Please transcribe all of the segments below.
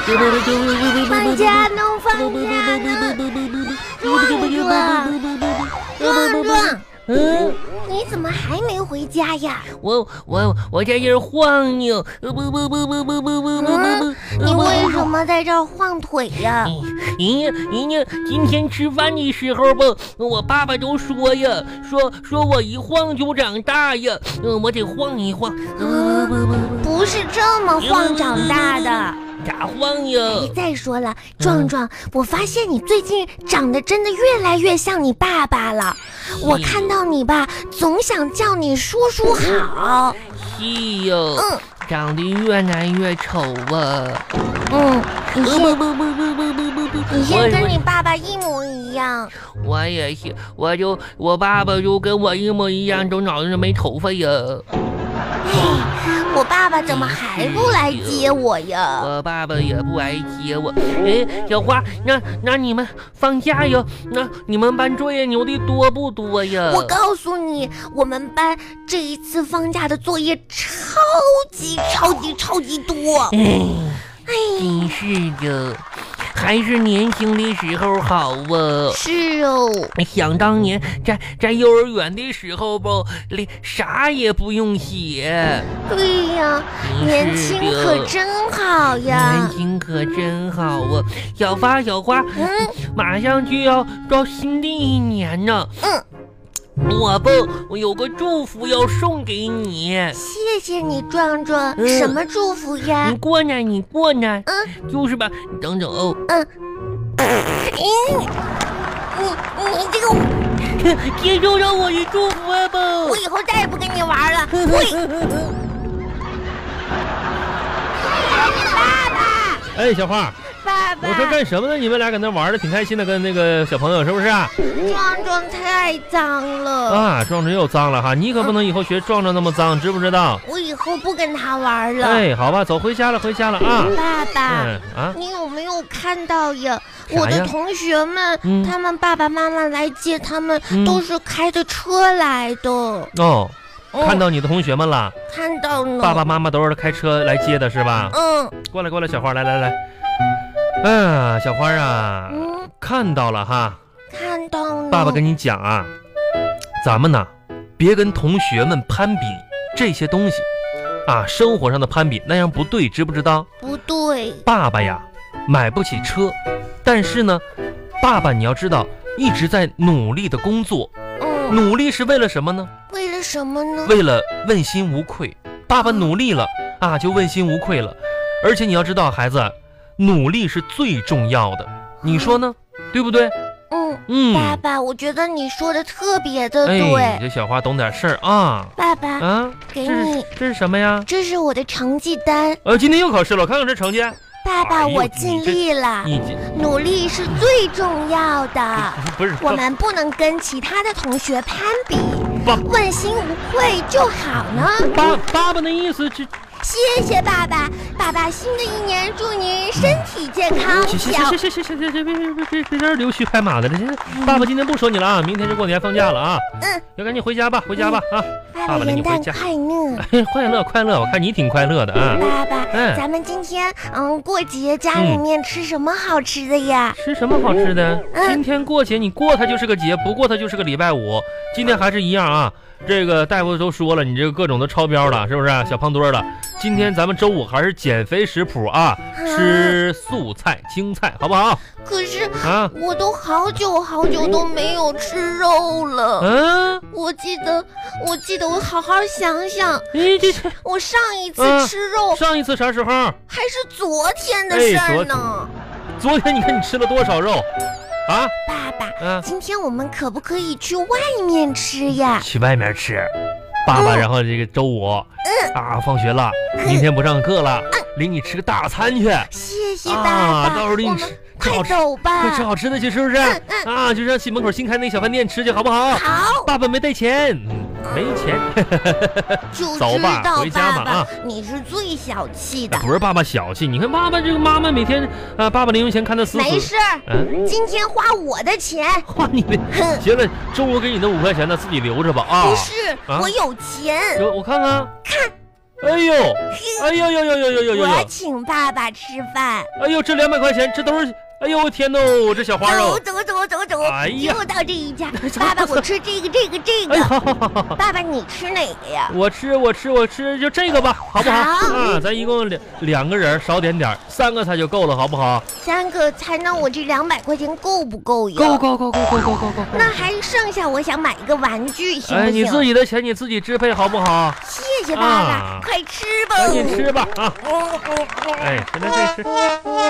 放假呢，放假呢！壮壮，你怎么还没回家呀？ 我在这儿晃悠， 你为什么在这儿晃腿呀？ 人家今天吃饭的时候吧，我爸爸都说呀，说我一晃就长大呀，我得晃一晃。 不是这么晃长大的。 咋晃呀？ 再说了，壮壮，我发现你最近长得真的越来越像你爸爸了。我看到你吧，总想叫你叔叔好。 是哟，长得越来越丑啊。 你现在跟你爸爸一模一样。 我也是，我爸爸就跟我一模一样，都脑袋上没头发呀。 我爸爸怎么还不来接我呀？ 我爸爸也不来接我。小花，那你们放假呀？那你们班作业留的多不多呀？ 我告诉你，我们班这一次放假的作业超级多。 真是的。还是年轻的时候好啊！ 是哦， 想当年在幼儿园的时候吧，啥也不用写。 对呀，年轻可真好呀！ 年轻可真好啊！小花，马上就要到新的一年了。我有个祝福要送给你。 谢谢你，壮壮。什么祝福呀？ 你过来。就是吧，你等等哦。 你这个接受了我的祝福吧。 我以后再也不跟你玩了。爸爸。 哎，小花。 爸爸， 我说干什么呢？你们俩搁那玩的挺开心的，跟那个小朋友是不是？ 壮壮太脏了啊！壮壮又脏了哈，你可不能以后学壮壮那么脏，知不知道？ 我以后不跟他玩了。 哎，好吧，走，回家了啊！ 爸爸，你有没有看到呀？我的同学们，他们爸爸妈妈来接他们，都是开着车来的。 哦。看到你的同学们了？ 看到了。 爸爸妈妈都是开车来接的是吧？过来，小花，来。小花啊，看到了哈。 看到了。 爸爸跟你讲啊，咱们呢，别跟同学们攀比这些东西啊，生活上的攀比那样不对，知不知道？ 不对。 爸爸呀，买不起车，但是呢，爸爸你要知道，一直在努力的工作。努力是为了什么呢？ 为了什么呢？ 为了问心无愧。爸爸努力了啊，就问心无愧了。而且你要知道，孩子，努力是最重要的，你说呢？对不对？ 爸爸，我觉得你说的特别的对。 这小花懂点事儿啊。 爸爸，给你， 这是什么呀？ 这是我的成绩单。 今天又考试了，我看看这成绩。 爸爸，我尽力了。努力是最重要的。 不是， 我们不能跟其他的同学攀比，问心无愧就好呢。 爸爸的意思是。 谢谢爸爸，爸爸，新的一年祝您身体健康。 行，别在这溜须拍马的了。爸爸今天不说你了啊，明天就过年放假了啊。要赶紧回家吧啊。 爸爸，元旦快乐！ 快乐，我看你挺快乐的啊。 爸爸，咱们今天过节，家里面吃什么好吃的呀？ 吃什么好吃的？今天过节，你过它就是个节，不过它就是个礼拜五。今天还是一样啊。这个大夫都说了，你这个各种都超标了，是不是？小胖墩了。今天咱们周五还是减肥食谱啊，吃素菜、青菜，好不好？ 可是我都好久都没有吃肉了。我记得我好好想想，我上一次吃肉， 上一次啥时候？ 还是昨天的事儿呢。 昨天你看你吃了多少肉？ 爸爸，今天我们可不可以去外面吃呀？ 去外面吃，爸爸，然后这个周五，放学了，明天不上课了，领你吃个大餐去。 谢谢爸爸， 到时候领你吃， 快走吧， 快吃好吃的去，是不是？就上新门口新开那小饭店吃去，好不好？ 好。 爸爸没带钱。没钱，走吧，回家吧啊！ 你是最小气的， 不是爸爸小气。你看爸爸这个妈妈每天爸爸零用钱看得死。 没事，今天花我的钱， 花你的。行了，周五给你的5块钱呢，自己留着吧啊！ 不是，我有钱。 我看看， 哎呦，哎呦呦呦呦呦呦呦！ 我请爸爸吃饭。 哎呦，这200块钱，这都是。哎呦我天喏，这小花肉！ 走！ 哎呀， 就到这一家。爸爸，我吃这个。 哎好， 爸爸，你吃哪个呀？ 我吃，就这个吧，好不好？啊，咱一共两个人，少点点，3个菜就够了，好不好 ？3个菜，那我这200块钱够不够呀？ 够。 那还剩下，我想买一个玩具，行不行？ 哎，你自己的钱你自己支配，好不好？ 谢谢爸爸，快吃吧。 赶紧吃吧啊！哎，现在可以吃。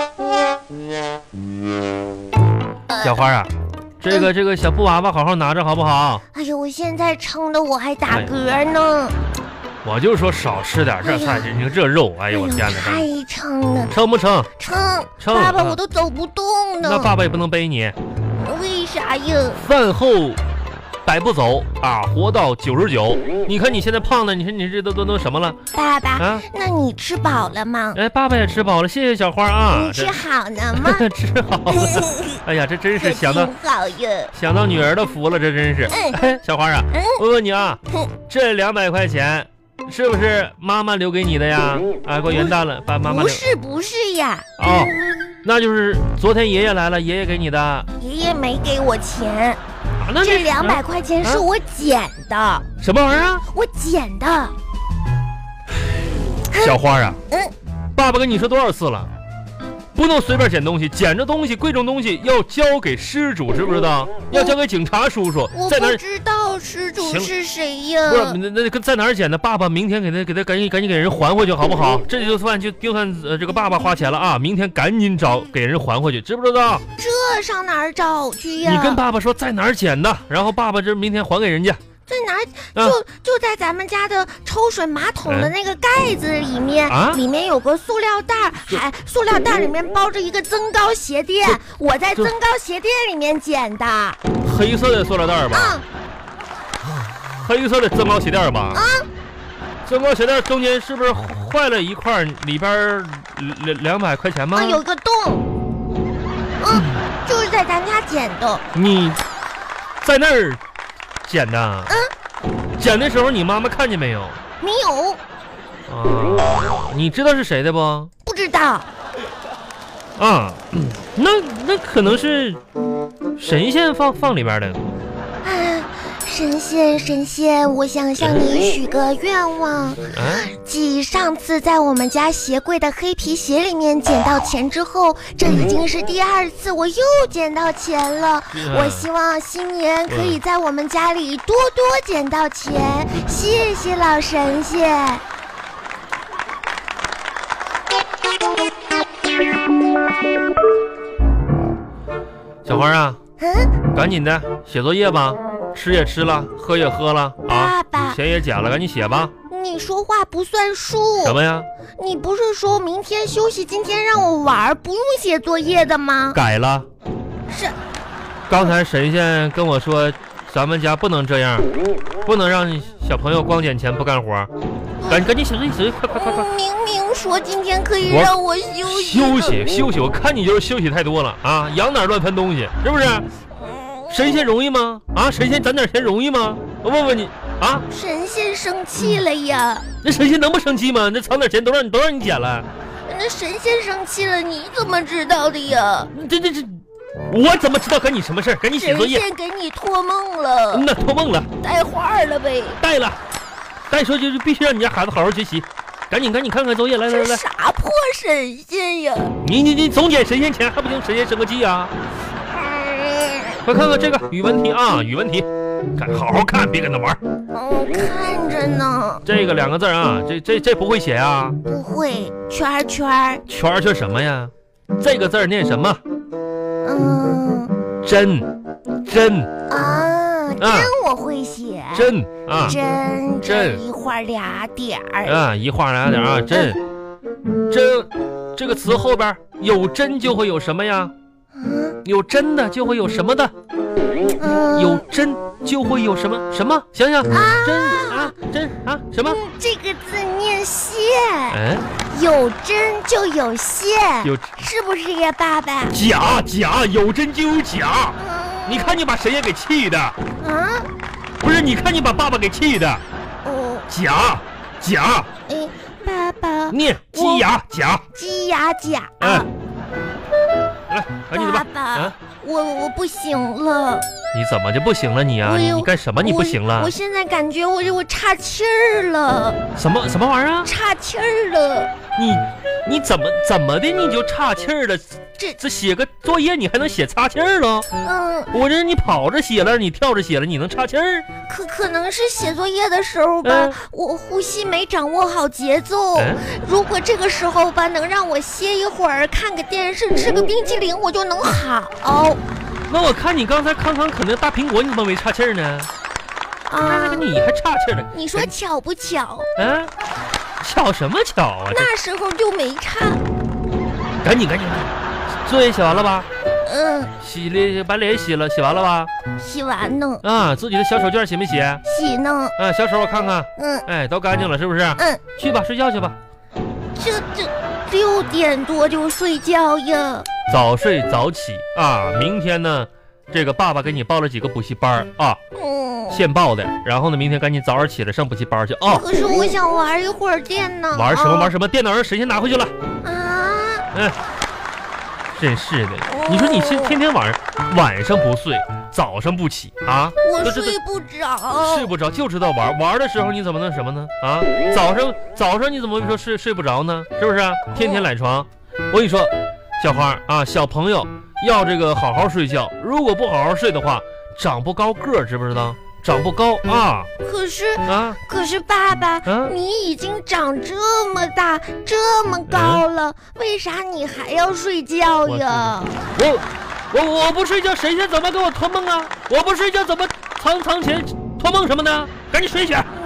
小花啊，这个小布娃娃好好拿着好不好？ 哎呦，我现在撑的我还打嗝呢。 我就说少吃点这菜，你看这肉，哎呦我天哪！ 太撑了。 撑不撑？ 撑。爸爸，我都走不动呢。 那爸爸也不能背你。 为啥呀？ 饭后100步走啊，活到99。你看你现在胖的，你说你这都什么了？ 爸爸，那你吃饱了吗？ 哎，爸爸也吃饱了，谢谢小花啊。 你吃好了吗？ 吃好了。哎呀，这真是想到女儿的福了，这真是。哎，小花啊，我问你啊，这200块钱是不是妈妈留给你的呀？啊，过元旦了，把妈妈不是呀。 哦，那就是昨天爷爷来了，爷爷给你的。 爷爷没给我钱。这200块钱是我捡的。 什么玩意儿啊？ 我捡的。 小花啊，爸爸跟你说多少次了，不能随便捡东西，捡着东西贵重东西要交给失主，知不知道？要交给警察叔叔。 我不知道失主是谁呀？ 不是，那在哪儿捡的？爸爸明天给他赶紧给人还回去，好不好？这就算这个爸爸花钱了啊！明天赶紧找给人还回去，知不知道？ 这上哪儿找去呀？ 你跟爸爸说在哪儿捡的，然后爸爸这明天还给人家。 在哪儿？就在咱们家的抽水马桶的那个盖子里面，里面有个塑料袋，塑料袋里面包着一个增高鞋垫，我在增高鞋垫里面捡的。 黑色的塑料袋吧？黑色的增高鞋垫吧？增高鞋垫中间是不是坏了一块，里边200块钱吗？ 有个洞。就是在咱家捡的。 你在那儿捡的？捡的时候你妈妈看见没有？ 没有。 你知道是谁的不？ 不知道。 那可能是神仙放里边的。 神仙，我想向你许个愿望。继上次在我们家鞋柜的黑皮鞋里面捡到钱之后，这已经是第2次我又捡到钱了。我希望新年可以在我们家里多多捡到钱。谢谢老神仙。 小花啊，赶紧的写作业吧。吃也吃了，喝也喝了啊！ 爸爸， 钱也捡了，赶紧写吧。 你说话不算数。 什么呀？ 你不是说明天休息，今天让我玩，不用写作业的吗？ 改了。 是。 刚才神仙跟我说，咱们家不能这样，不能让小朋友光捡钱不干活。赶紧写作业，快！ 明明说今天可以让我休息，我看你就是休息太多了啊！养哪乱喷东西，是不是？神仙容易吗？神仙攒点钱容易吗？我问问你啊！ 神仙生气了呀！ 那神仙能不生气吗？那藏点钱都让你捡了。 那神仙生气了，你怎么知道的呀？ 这，我怎么知道跟你什么事儿？赶紧写作业。 神仙给你托梦了。 那托梦了。 带话了呗？ 带了。带说就是必须让你家孩子好好学习。赶紧看看作业，来。 这啥破神仙呀？ 你总捡神仙钱，还不行神仙生个气啊？快看看这个语文题啊，语文题，好好看，别跟他玩。 看着呢。 这个2个字啊，这不会写啊？ 不会，圈什么呀？这个字念什么？真啊，真我会写。 真啊， 真一画俩点儿啊，一画俩点啊，真这个词后边有真就会有什么呀？有真的就会有什么的？有真就会有什么？想想真什么？ 这个字念线。有真就有线，是不是呀，爸爸？ 假，有真就有假。你看你把神仙给气的。不是，你看你把爸爸给气的。假， 哎，爸爸， 念鸡牙甲。 鸡牙甲。 哎，来，赶紧的吧。 爸爸，我不行了。 你怎么就不行了你啊？你干什么你不行了？ 我现在感觉我岔气儿了。 什么玩意儿啊？ 岔气儿了。 你怎么的你就岔气儿了？这写个作业你还能写岔气儿了？我这你跑着写了，你跳着写了，你能岔气儿？ 可能是写作业的时候吧，我呼吸没掌握好节奏。如果这个时候吧能让我歇一会儿，看个电视，吃个冰淇淋，我就能好。 那我看你刚才康啃那大苹果，你怎么没岔气儿呢？那你还岔气儿呢？ 你说巧不巧？ 巧什么巧啊？ 那时候就没岔。 赶紧，作业写完了吧？把脸洗了，洗完了吧？ 洗完呢。 自己的小手绢洗没洗？ 洗呢。 小手我看看。都干净了，是不是？去吧，睡觉去吧。 这6点多就睡觉呀。 早睡早起啊！明天呢，这个爸爸给你报了几个补习班啊。现报的。然后呢，明天赶紧早点起来上补习班去啊。 可是我想玩一会儿电脑。 玩什么？电脑让谁先拿回去了？真是的，你说你是天天晚上不睡，早上不起啊？ 我睡不着， 睡不着就知道玩的时候你怎么能什么呢？早上你怎么会说睡不着呢？是不是？天天赖床。我跟你说，小花啊，小朋友要这个好好睡觉，如果不好好睡的话，长不高个儿，知不知道？长不高啊！可是爸爸，你已经长这么大这么高了，为啥你还要睡觉呀？我不睡觉，谁先怎么给我托梦啊？我不睡觉怎么藏钱托梦什么的？赶紧睡去。